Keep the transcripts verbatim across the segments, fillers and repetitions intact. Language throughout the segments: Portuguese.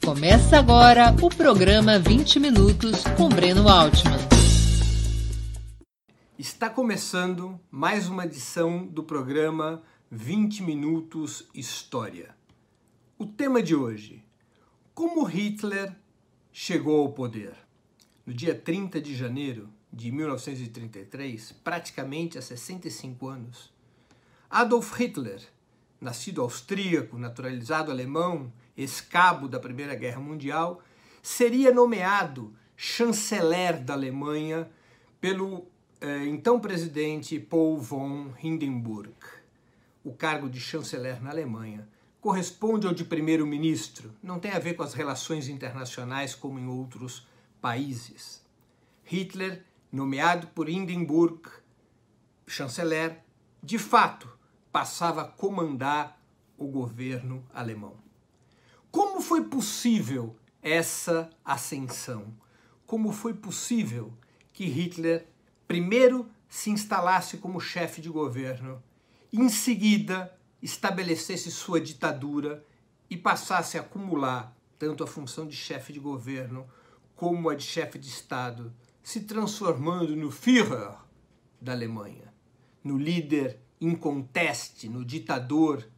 Começa agora o programa vinte minutos com Breno Altman. Está começando mais uma edição do programa vinte minutos História. O tema de hoje: como Hitler chegou ao poder? No dia trinta de janeiro de mil novecentos e trinta e três, praticamente há sessenta e cinco anos, Adolf Hitler, nascido austríaco, naturalizado alemão, ex-cabo da Primeira Guerra Mundial, seria nomeado chanceler da Alemanha pelo eh, então presidente Paul von Hindenburg. O cargo de chanceler na Alemanha corresponde ao de primeiro-ministro, não tem a ver com as relações internacionais como em outros países. Hitler, nomeado por Hindenburg chanceler, de fato passava a comandar o governo alemão. Como foi possível essa ascensão? Como foi possível que Hitler primeiro se instalasse como chefe de governo, em seguida estabelecesse sua ditadura e passasse a acumular tanto a função de chefe de governo como a de chefe de Estado, se transformando no Führer da Alemanha, no líder inconteste, no ditador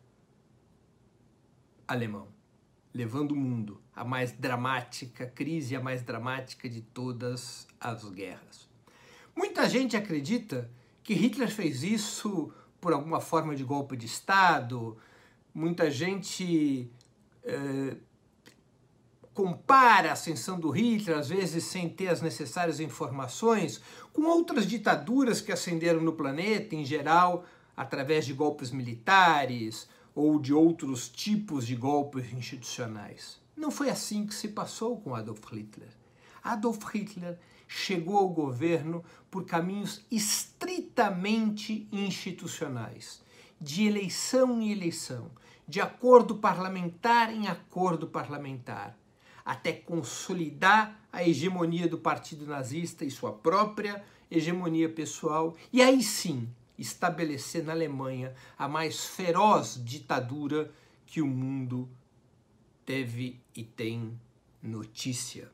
alemão, levando o mundo à mais dramática crise, a mais dramática de todas as guerras. Muita gente acredita que Hitler fez isso por alguma forma de golpe de Estado. Muita gente eh, compara a ascensão do Hitler, às vezes sem ter as necessárias informações, com outras ditaduras que ascenderam no planeta, em geral, através de golpes militares ou de outros tipos de golpes institucionais. Não foi assim que se passou com Adolf Hitler. Adolf Hitler chegou ao governo por caminhos estritamente institucionais, de eleição em eleição, de acordo parlamentar em acordo parlamentar, até consolidar a hegemonia do Partido Nazista e sua própria hegemonia pessoal, e aí sim estabelecer na Alemanha a mais feroz ditadura que o mundo teve e tem notícia.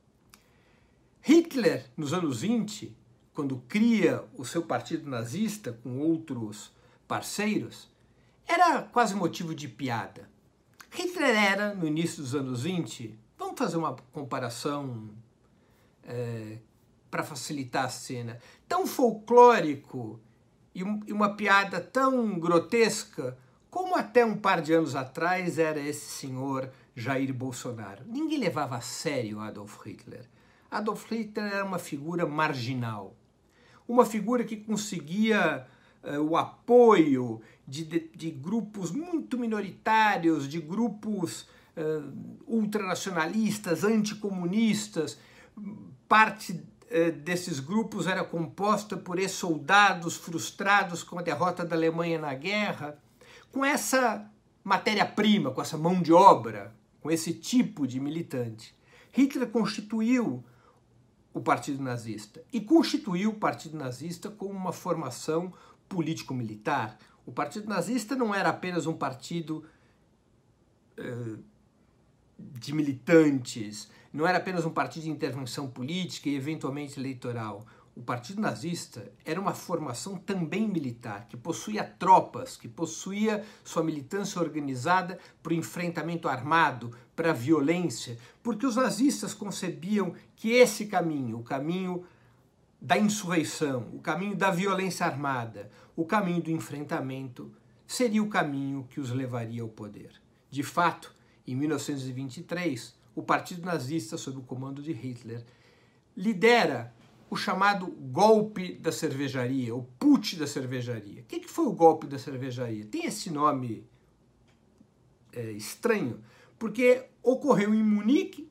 Hitler, nos anos vinte, quando cria o seu partido nazista com outros parceiros, era quase motivo de piada. Hitler era, no início dos anos vinte, vamos fazer uma comparação é, para facilitar a cena, tão folclórico e uma piada tão grotesca como até um par de anos atrás era esse senhor Jair Bolsonaro. Ninguém levava a sério Adolf Hitler. Adolf Hitler era uma figura marginal, uma figura que conseguia uh, o apoio de, de, de grupos muito minoritários, de grupos uh, ultranacionalistas, anticomunistas. Parte desses grupos era composta por ex-soldados frustrados com a derrota da Alemanha na guerra. Com essa matéria-prima, com essa mão de obra, com esse tipo de militante, Hitler constituiu o Partido Nazista e constituiu o Partido Nazista como uma formação político-militar. O Partido Nazista não era apenas um partido uh, de militantes, não era apenas um partido de intervenção política e eventualmente eleitoral. O Partido Nazista era uma formação também militar, que possuía tropas, que possuía sua militância organizada para o enfrentamento armado, para a violência, porque os nazistas concebiam que esse caminho, o caminho da insurreição, o caminho da violência armada, o caminho do enfrentamento, seria o caminho que os levaria ao poder. De fato, em mil novecentos e vinte e três, o Partido Nazista, sob o comando de Hitler, lidera o chamado golpe da cervejaria, o putsch da cervejaria. O que foi o golpe da cervejaria? Tem esse nome é, estranho, porque ocorreu em Munique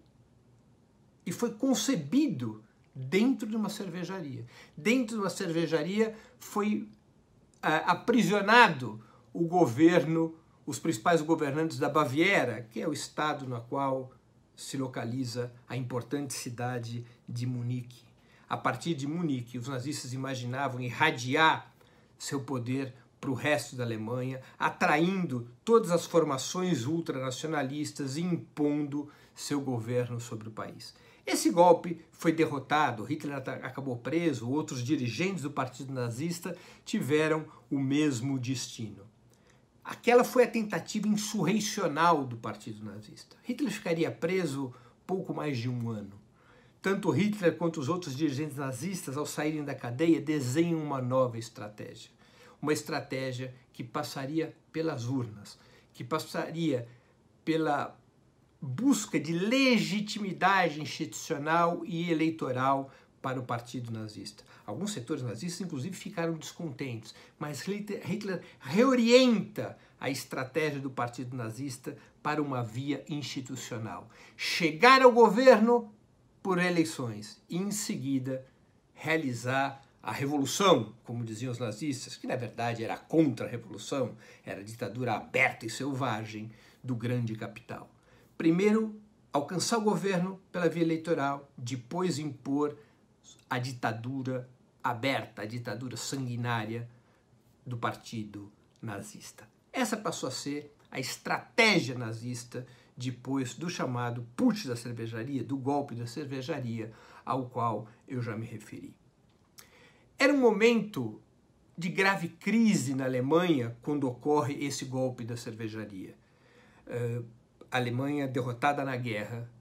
e foi concebido dentro de uma cervejaria. Dentro de uma cervejaria foi é, aprisionado o governo, os principais governantes da Baviera, que é o estado no qual se localiza a importante cidade de Munique. A partir de Munique, os nazistas imaginavam irradiar seu poder para o resto da Alemanha, atraindo todas as formações ultranacionalistas e impondo seu governo sobre o país. Esse golpe foi derrotado, Hitler acabou preso, outros dirigentes do Partido Nazista tiveram o mesmo destino. Aquela foi a tentativa insurrecional do Partido Nazista. Hitler ficaria preso pouco mais de um ano. Tanto Hitler quanto os outros dirigentes nazistas, ao saírem da cadeia, desenham uma nova estratégia. Uma estratégia que passaria pelas urnas, que passaria pela busca de legitimidade institucional e eleitoral para o Partido Nazista. Alguns setores nazistas, inclusive, ficaram descontentes, mas Hitler reorienta a estratégia do Partido Nazista para uma via institucional. Chegar ao governo por eleições e, em seguida, realizar a revolução, como diziam os nazistas, que na verdade era a contra-revolução, era a ditadura aberta e selvagem do grande capital. Primeiro, alcançar o governo pela via eleitoral, depois impor a ditadura aberta, a ditadura sanguinária do Partido Nazista. Essa passou a ser a estratégia nazista depois do chamado Putsch da cervejaria, do golpe da cervejaria, ao qual eu já me referi. Era um momento de grave crise na Alemanha quando ocorre esse golpe da cervejaria. Uh, a Alemanha, derrotada na guerra,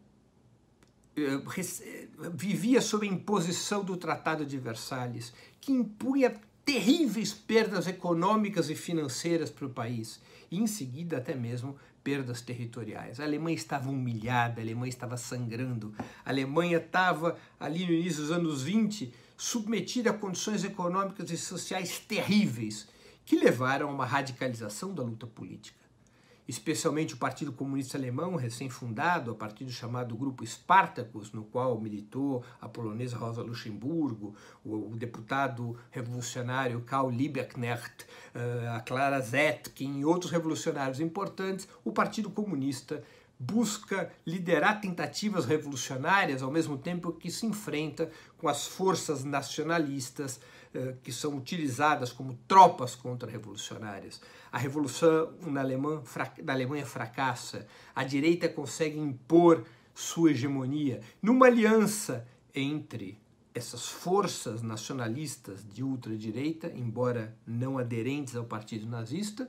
uh, vivia sob a imposição do Tratado de Versalhes, que impunha terríveis perdas econômicas e financeiras para o país, e em seguida até mesmo perdas territoriais. A Alemanha estava humilhada, a Alemanha estava sangrando, a Alemanha estava, ali no início dos anos vinte, submetida a condições econômicas e sociais terríveis, que levaram a uma radicalização da luta política. Especialmente o Partido Comunista Alemão, recém-fundado, a partir do chamado Grupo Spartacus, no qual militou a polonesa Rosa Luxemburgo, o, o deputado revolucionário Karl Liebknecht, a Clara Zetkin e outros revolucionários importantes, o Partido Comunista busca liderar tentativas revolucionárias ao mesmo tempo que se enfrenta com as forças nacionalistas eh, que são utilizadas como tropas contra-revolucionárias. A revolução na, Alemanha, na Alemanha fracassa, a direita consegue impor sua hegemonia numa aliança entre essas forças nacionalistas de ultradireita, embora não aderentes ao Partido Nazista,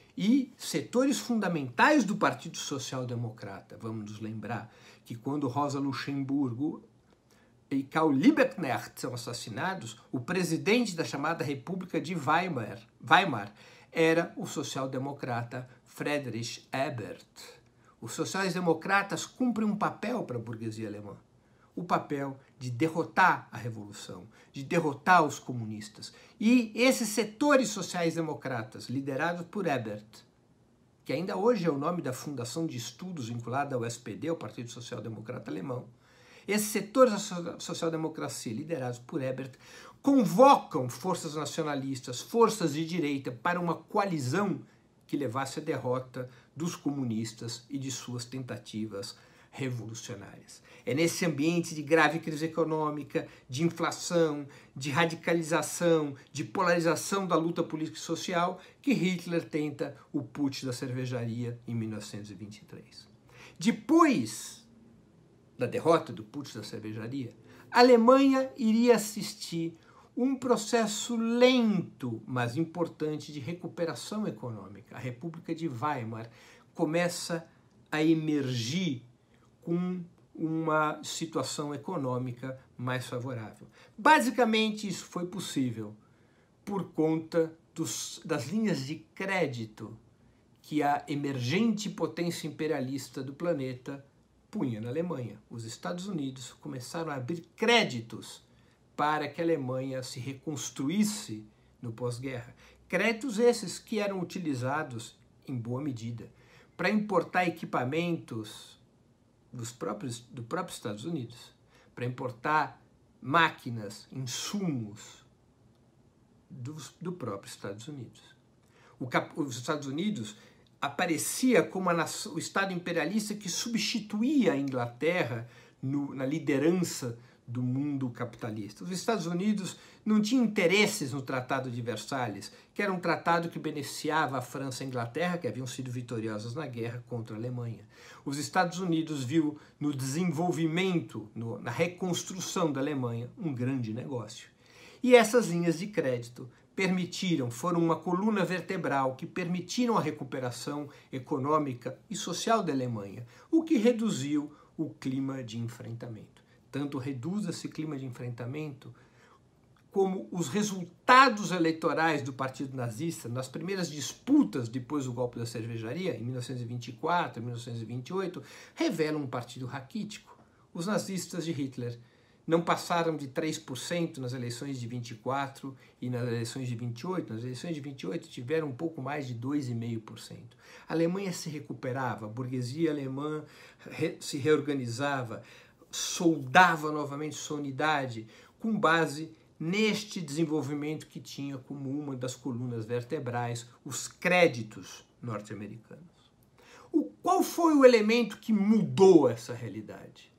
e setores fundamentais do Partido Social Democrata. Vamos nos lembrar que quando Rosa Luxemburgo e Karl Liebknecht são assassinados, o presidente da chamada República de Weimar, Weimar era o social-democrata Friedrich Ebert. Os sociais-democratas cumprem um papel para a burguesia alemã. O papel de derrotar a revolução, de derrotar os comunistas. E esses setores sociais-democratas, liderados por Ebert, que ainda hoje é o nome da fundação de estudos vinculada ao S P D, ao Partido Social Democrata Alemão, esses setores da social-democracia, liderados por Ebert, convocam forças nacionalistas, forças de direita, para uma coalizão que levasse à derrota dos comunistas e de suas tentativas revolucionárias. É nesse ambiente de grave crise econômica, de inflação, de radicalização, de polarização da luta política e social que Hitler tenta o Putsch da cervejaria em mil novecentos e vinte e três. Depois da derrota do Putsch da cervejaria, a Alemanha iria assistir um processo lento, mas importante, de recuperação econômica. A República de Weimar começa a emergir com uma situação econômica mais favorável. Basicamente, isso foi possível por conta dos, das linhas de crédito que a emergente potência imperialista do planeta punha na Alemanha. Os Estados Unidos começaram a abrir créditos para que a Alemanha se reconstruísse no pós-guerra. Créditos esses que eram utilizados, em boa medida, para importar equipamentos dos próprios, do próprio Estados Unidos, para importar máquinas, insumos dos, do próprio Estados Unidos. O cap, os Estados Unidos aparecia como a nação, o Estado imperialista que substituía a Inglaterra no, na liderança do mundo capitalista. Os Estados Unidos não tinham interesses no Tratado de Versalhes, que era um tratado que beneficiava a França e a Inglaterra, que haviam sido vitoriosas na guerra contra a Alemanha. Os Estados Unidos viu no desenvolvimento, no, na reconstrução da Alemanha, um grande negócio. E essas linhas de crédito permitiram, foram uma coluna vertebral que permitiram a recuperação econômica e social da Alemanha, o que reduziu o clima de enfrentamento. Tanto reduz esse clima de enfrentamento, como os resultados eleitorais do Partido Nazista nas primeiras disputas depois do golpe da cervejaria, em mil novecentos e vinte e quatro, mil novecentos e vinte e oito, revelam um partido raquítico. Os nazistas de Hitler não passaram de três por cento nas eleições de vinte e quatro e nas eleições de vinte e oito. Nas eleições de vinte e oito tiveram um pouco mais de dois vírgula cinco por cento. A Alemanha se recuperava, a burguesia alemã re- se reorganizava, soldava novamente sua unidade com base neste desenvolvimento que tinha como uma das colunas vertebrais os créditos norte-americanos. O, qual foi o elemento que mudou essa realidade?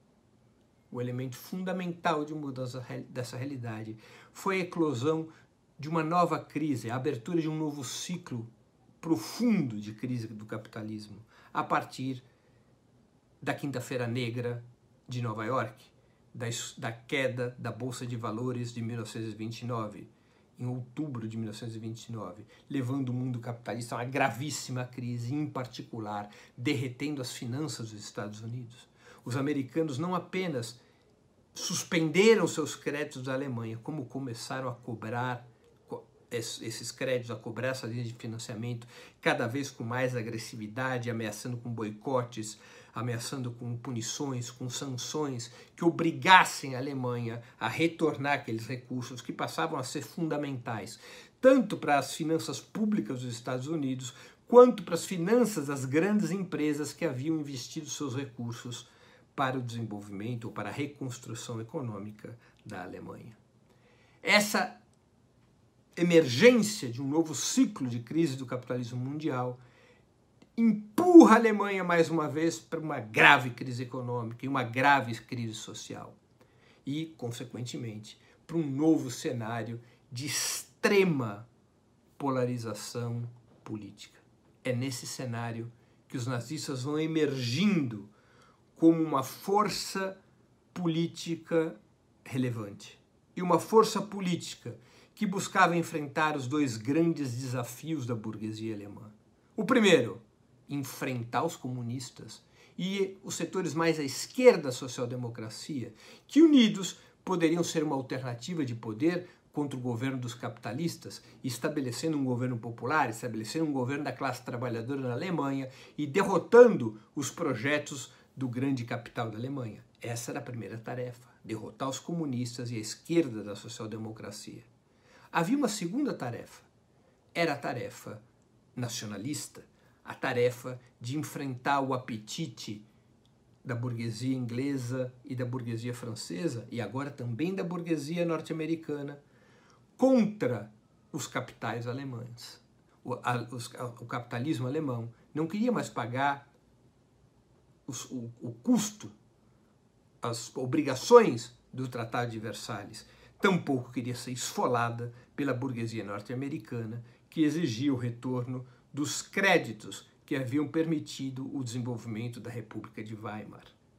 O elemento fundamental de mudança dessa realidade foi a eclosão de uma nova crise, a abertura de um novo ciclo profundo de crise do capitalismo, a partir da Quinta-feira Negra de Nova York, da, da queda da Bolsa de Valores de mil novecentos e vinte e nove, em outubro de mil novecentos e vinte e nove, levando o mundo capitalista a uma gravíssima crise, em particular, derretendo as finanças dos Estados Unidos. Os americanos não apenas suspenderam seus créditos da Alemanha, como começaram a cobrar esses créditos, a cobrar essa linha de financiamento cada vez com mais agressividade, ameaçando com boicotes, ameaçando com punições, com sanções que obrigassem a Alemanha a retornar aqueles recursos que passavam a ser fundamentais, tanto para as finanças públicas dos Estados Unidos, quanto para as finanças das grandes empresas que haviam investido seus recursos para o desenvolvimento ou para a reconstrução econômica da Alemanha. Essa emergência de um novo ciclo de crise do capitalismo mundial empurra a Alemanha mais uma vez para uma grave crise econômica e uma grave crise social e, consequentemente, para um novo cenário de extrema polarização política. É nesse cenário que os nazistas vão emergindo como uma força política relevante e uma força política que buscava enfrentar os dois grandes desafios da burguesia alemã. O primeiro, enfrentar os comunistas e os setores mais à esquerda da social-democracia, que unidos poderiam ser uma alternativa de poder contra o governo dos capitalistas, estabelecendo um governo popular, estabelecendo um governo da classe trabalhadora na Alemanha e derrotando os projetos do grande capital da Alemanha. Essa era a primeira tarefa, derrotar os comunistas e a esquerda da social-democracia. Havia uma segunda tarefa, era a tarefa nacionalista, a tarefa de enfrentar o apetite da burguesia inglesa e da burguesia francesa, e agora também da burguesia norte-americana, contra os capitais alemães. O, a, os, o capitalismo alemão não queria mais pagar os, o, o custo, as obrigações do Tratado de Versalhes, tampouco queria ser esfolada pela burguesia norte-americana, que exigia o retorno dos créditos que haviam permitido o desenvolvimento da República de Weimar.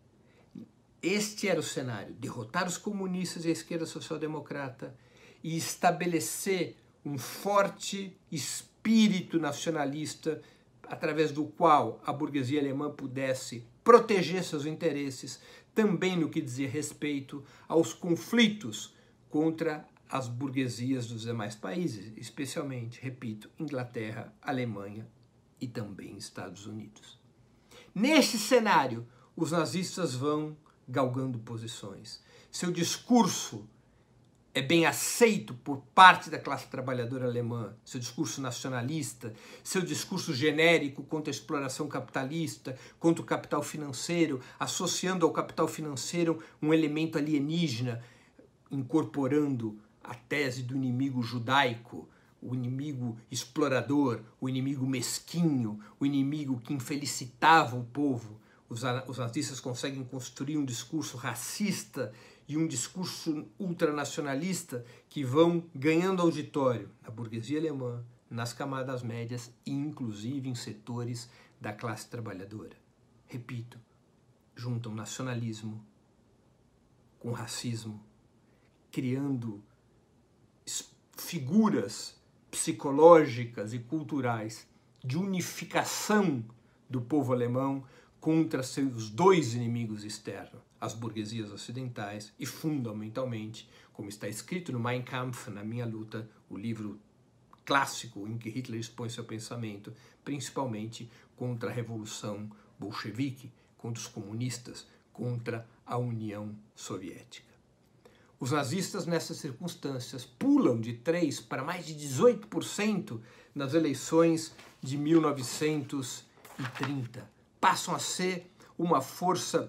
Este era o cenário, derrotar os comunistas e a esquerda social-democrata e estabelecer um forte espírito nacionalista através do qual a burguesia alemã pudesse proteger seus interesses, também no que dizia respeito aos conflitos contra as burguesias dos demais países, especialmente, repito, Inglaterra, Alemanha e também Estados Unidos. Neste cenário, os nazistas vão galgando posições. Seu discurso é bem aceito por parte da classe trabalhadora alemã, seu discurso nacionalista, seu discurso genérico contra a exploração capitalista, contra o capital financeiro, associando ao capital financeiro um elemento alienígena, incorporando a tese do inimigo judaico, o inimigo explorador, o inimigo mesquinho, o inimigo que infelicitava o povo. Os, os nazistas conseguem construir um discurso racista e um discurso ultranacionalista que vão ganhando auditório na burguesia alemã, nas camadas médias e inclusive em setores da classe trabalhadora. Repito, juntam nacionalismo com racismo, criando figuras psicológicas e culturais de unificação do povo alemão contra seus dois inimigos externos, as burguesias ocidentais e, fundamentalmente, como está escrito no Mein Kampf, Na Minha Luta, o livro clássico em que Hitler expõe seu pensamento, principalmente contra a Revolução Bolchevique, contra os comunistas, contra a União Soviética. Os nazistas, nessas circunstâncias, pulam de três para mais de dezoito por cento nas eleições de mil novecentos e trinta. Passam a ser uma força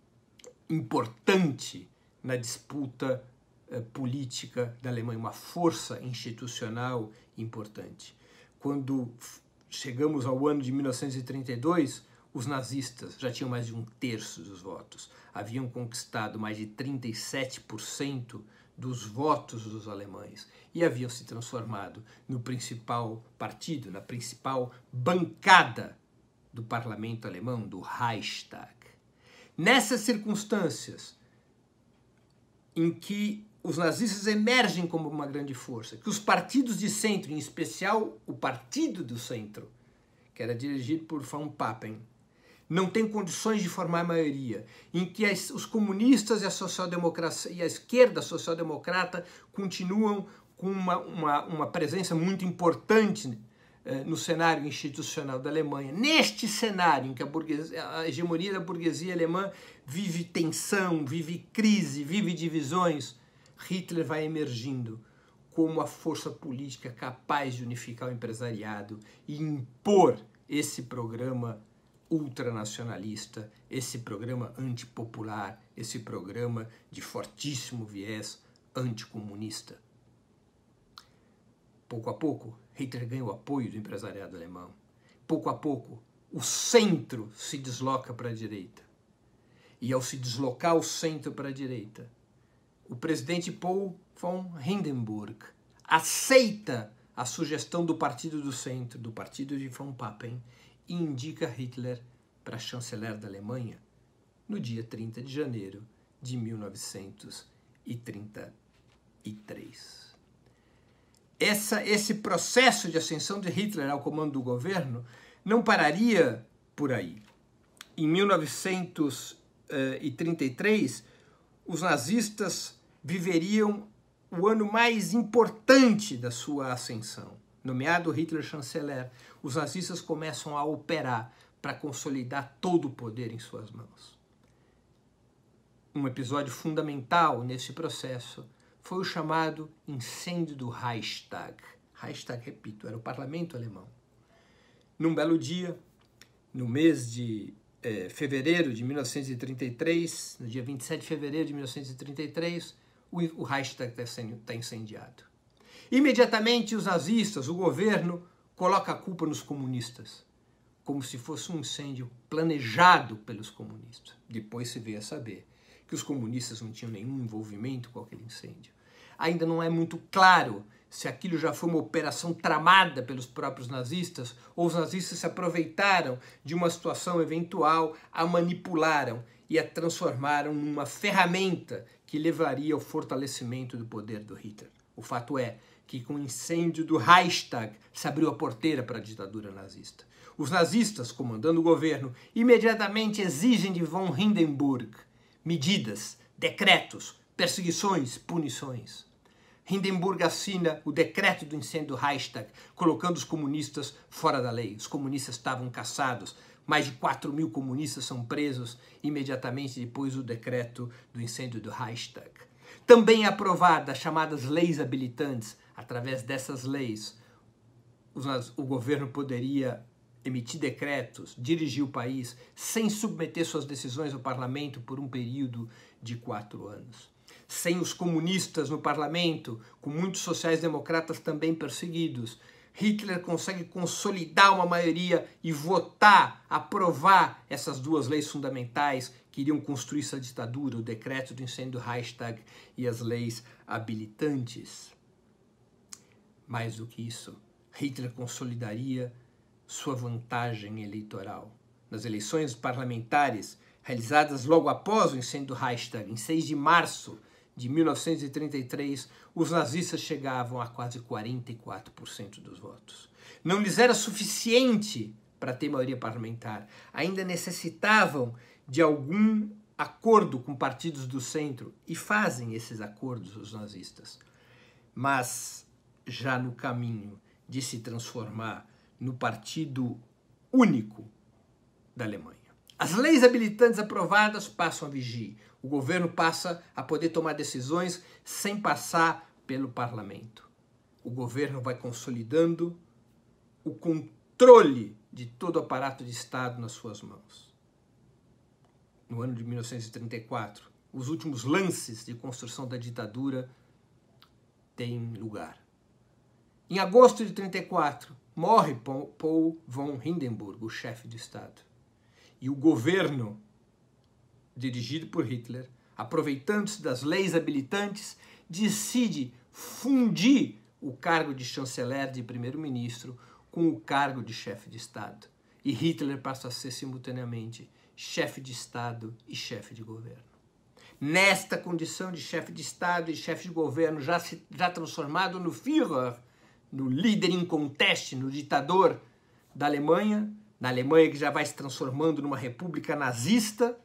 importante na disputa eh, política da Alemanha, uma força institucional importante. Quando chegamos ao ano de mil novecentos e trinta e dois, os nazistas já tinham mais de um terço dos votos. Haviam conquistado mais de trinta e sete por cento dos votos dos alemães e haviam se transformado no principal partido, na principal bancada do parlamento alemão, do Reichstag. Nessas circunstâncias em que os nazistas emergem como uma grande força, que os partidos de centro, em especial o Partido do Centro, que era dirigido por von Papen, não tem condições de formar maioria, em que as, os comunistas e a social-democracia e a esquerda social-democrata continuam com uma, uma, uma presença muito importante eh, no cenário institucional da Alemanha. Neste cenário em que a, burguesia, a hegemonia da burguesia alemã vive tensão, vive crise, vive divisões, Hitler vai emergindo como a força política capaz de unificar o empresariado e impor esse programa ultranacionalista, esse programa antipopular, esse programa de fortíssimo viés anticomunista. Pouco a pouco, Hitler ganha o apoio do empresariado alemão. Pouco a pouco, o centro se desloca para a direita. E ao se deslocar o centro para a direita, o presidente Paul von Hindenburg aceita a sugestão do Partido do Centro, do Partido de von Papen, e indica Hitler para chanceler da Alemanha no dia trinta de janeiro de mil novecentos e trinta e três. Essa, esse processo de ascensão de Hitler ao comando do governo não pararia por aí. Em mil novecentos e trinta e três, os nazistas viveriam o ano mais importante da sua ascensão. Nomeado Hitler chanceler, os nazistas começam a operar para consolidar todo o poder em suas mãos. Um episódio fundamental nesse processo foi o chamado incêndio do Reichstag. Reichstag, repito, era o parlamento alemão. Num belo dia, no mês de eh, fevereiro de mil novecentos e trinta e três, no dia vinte e sete de fevereiro de mil novecentos e trinta e três, o, o Reichstag está incendiado. Imediatamente os nazistas, o governo, coloca a culpa nos comunistas, como se fosse um incêndio planejado pelos comunistas. Depois se veio a saber que os comunistas não tinham nenhum envolvimento com aquele incêndio. Ainda não é muito claro se aquilo já foi uma operação tramada pelos próprios nazistas ou os nazistas se aproveitaram de uma situação eventual, a manipularam e a transformaram numa ferramenta que levaria ao fortalecimento do poder do Hitler. O fato é que com o incêndio do Reichstag se abriu a porteira para a ditadura nazista. Os nazistas, comandando o governo, imediatamente exigem de von Hindenburg medidas, decretos, perseguições, punições. Hindenburg assina o decreto do incêndio do Reichstag, colocando os comunistas fora da lei. Os comunistas estavam caçados, mais de quatro mil comunistas são presos imediatamente depois do decreto do incêndio do Reichstag. Também é aprovada as chamadas leis habilitantes. Através dessas leis, o governo poderia emitir decretos, dirigir o país, sem submeter suas decisões ao parlamento por um período de quatro anos. Sem os comunistas no parlamento, com muitos sociais-democratas também perseguidos, Hitler consegue consolidar uma maioria e votar, aprovar essas duas leis fundamentais que iriam construir essa ditadura, o decreto do incêndio do Reichstag e as leis habilitantes. Mais do que isso, Hitler consolidaria sua vantagem eleitoral. Nas eleições parlamentares realizadas logo após o incêndio do Reichstag, em seis de março de mil novecentos e trinta e três, os nazistas chegavam a quase quarenta e quatro por cento dos votos. Não lhes era suficiente para ter maioria parlamentar. Ainda necessitavam de algum acordo com partidos do centro, e fazem esses acordos os nazistas. Mas já no caminho de se transformar no partido único da Alemanha. As leis habilitantes aprovadas passam a vigir. O governo passa a poder tomar decisões sem passar pelo parlamento. O governo vai consolidando o controle de todo o aparato de Estado nas suas mãos. No ano de mil novecentos e trinta e quatro, os últimos lances de construção da ditadura têm lugar. Em agosto de trinta e quatro, morre Paul von Hindenburg, o chefe de Estado. E o governo, dirigido por Hitler, aproveitando-se das leis habilitantes, decide fundir o cargo de chanceler, de primeiro-ministro, com o cargo de chefe de Estado. E Hitler passa a ser simultaneamente chefe de Estado e chefe de governo. Nesta condição de chefe de Estado e chefe de governo, já, se, já transformado no Führer, no líder inconteste, no ditador da Alemanha, na Alemanha que já vai se transformando numa república nazista,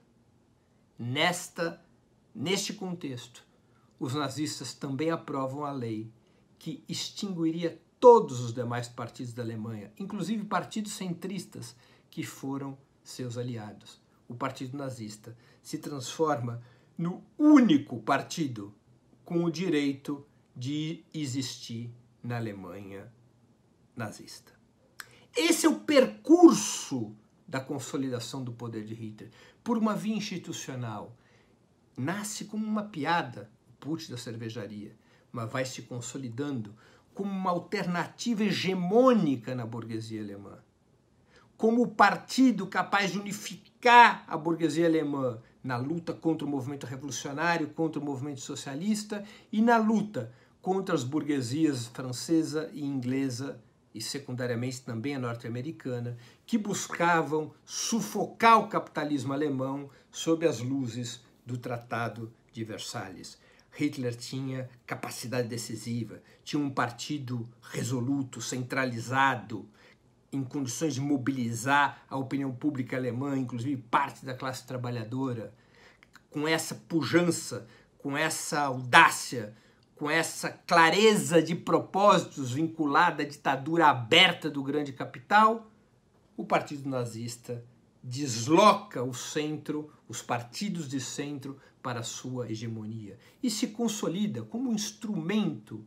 nesta, neste contexto, os nazistas também aprovam a lei que extinguiria todos os demais partidos da Alemanha, inclusive partidos centristas que foram seus aliados. O partido nazista se transforma no único partido com o direito de existir na Alemanha nazista. Esse é o percurso da consolidação do poder de Hitler, por uma via institucional. Nasce como uma piada, o putsch da cervejaria, mas vai se consolidando como uma alternativa hegemônica na burguesia alemã. Como o partido capaz de unificar a burguesia alemã na luta contra o movimento revolucionário, contra o movimento socialista e na luta contra as burguesias francesa e inglesa e secundariamente também a norte-americana, que buscavam sufocar o capitalismo alemão sob as luzes do Tratado de Versalhes. Hitler tinha capacidade decisiva, tinha um partido resoluto, centralizado, em condições de mobilizar a opinião pública alemã, inclusive parte da classe trabalhadora, com essa pujança, com essa audácia, com essa clareza de propósitos vinculada à ditadura aberta do grande capital, o partido nazista desloca o centro, os partidos de centro, para a sua hegemonia e se consolida como um instrumento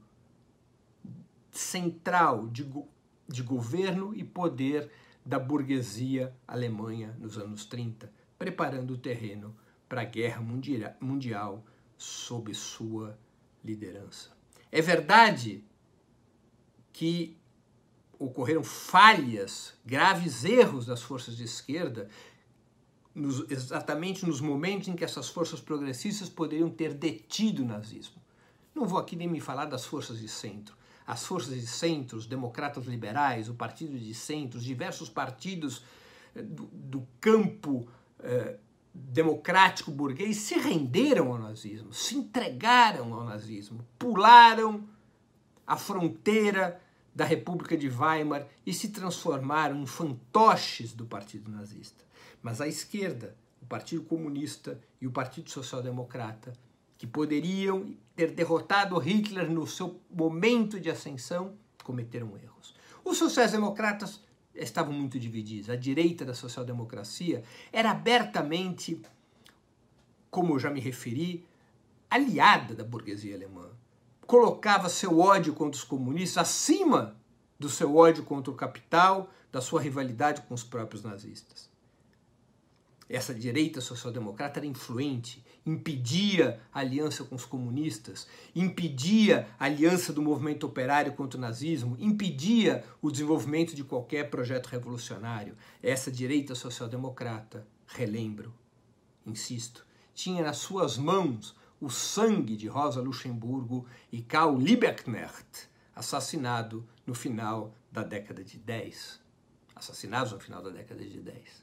central de, go de governo e poder da burguesia alemã nos anos trinta, preparando o terreno para a guerra mundial, mundial sob sua liderança. É verdade que ocorreram falhas, graves erros das forças de esquerda, nos, exatamente nos momentos em que essas forças progressistas poderiam ter detido o nazismo. Não vou aqui nem me falar das forças de centro. As forças de centro, os democratas liberais, o partido de centro, os diversos partidos do, do campo eh, democrático burguês se renderam ao nazismo, se entregaram ao nazismo, pularam a fronteira da República de Weimar e se transformaram em fantoches do Partido Nazista. Mas a esquerda, o Partido Comunista e o Partido Social Democrata, que poderiam ter derrotado Hitler no seu momento de ascensão, cometeram erros. Os sociais-democratas estavam muito divididos. A direita da social-democracia era abertamente, como eu já me referi, aliada da burguesia alemã. Colocava seu ódio contra os comunistas acima do seu ódio contra o capital, da sua rivalidade com os próprios nazistas. Essa direita social-democrata era influente, impedia a aliança com os comunistas, impedia a aliança do movimento operário contra o nazismo, impedia o desenvolvimento de qualquer projeto revolucionário. Essa direita social-democrata, relembro, insisto, tinha nas suas mãos o sangue de Rosa Luxemburgo e Karl Liebknecht, assassinado no final da década de dez. Assassinados no final da década de dez.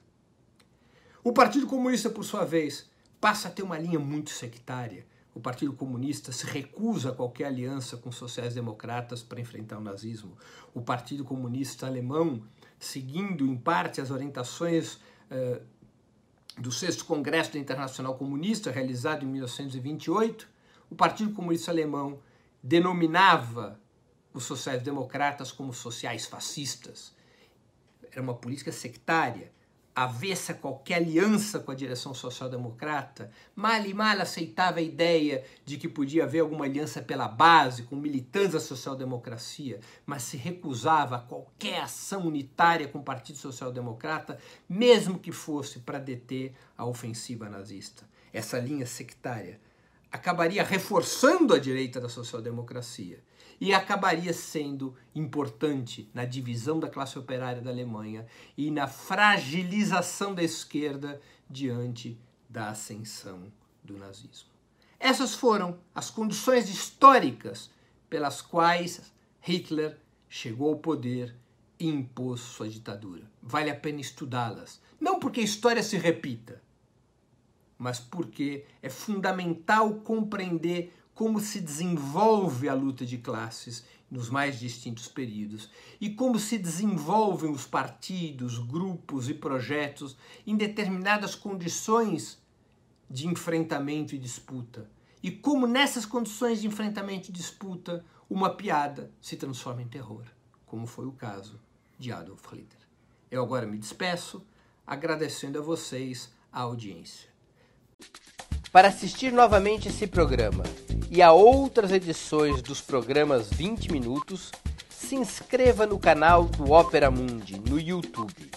O Partido Comunista, por sua vez, passa a ter uma linha muito sectária. O Partido Comunista se recusa a qualquer aliança com sociais-democratas para enfrentar o nazismo. O Partido Comunista alemão, seguindo em parte as orientações uh, do sexto Congresso da Internacional Comunista, realizado em mil novecentos e vinte e oito, o Partido Comunista Alemão denominava os sociais-democratas como sociais-fascistas. Era uma política sectária, avessa a qualquer aliança com a direção social-democrata, mal e mal aceitava a ideia de que podia haver alguma aliança pela base, com militantes da social-democracia, mas se recusava a qualquer ação unitária com o Partido Social-Democrata, mesmo que fosse para deter a ofensiva nazista. Essa linha sectária acabaria reforçando a direita da social-democracia e acabaria sendo importante na divisão da classe operária da Alemanha e na fragilização da esquerda diante da ascensão do nazismo. Essas foram as condições históricas pelas quais Hitler chegou ao poder e impôs sua ditadura. Vale a pena estudá-las, não porque a história se repita, mas porque é fundamental compreender como se desenvolve a luta de classes nos mais distintos períodos e como se desenvolvem os partidos, grupos e projetos em determinadas condições de enfrentamento e disputa. E como nessas condições de enfrentamento e disputa, uma piada se transforma em terror, como foi o caso de Adolf Hitler. Eu agora me despeço, agradecendo a vocês a audiência. Para assistir novamente esse programa e a outras edições dos programas vinte minutos, se inscreva no canal do Opera Mundi no YouTube.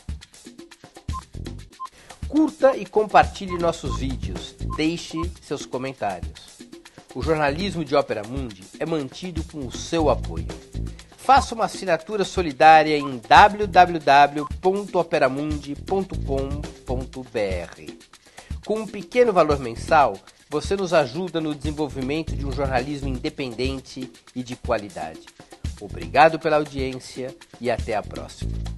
Curta e compartilhe nossos vídeos, deixe seus comentários. O jornalismo de Opera Mundi é mantido com o seu apoio. Faça uma assinatura solidária em w w w ponto operamundi ponto com ponto b r. Com um pequeno valor mensal, você nos ajuda no desenvolvimento de um jornalismo independente e de qualidade. Obrigado pela audiência e até a próxima.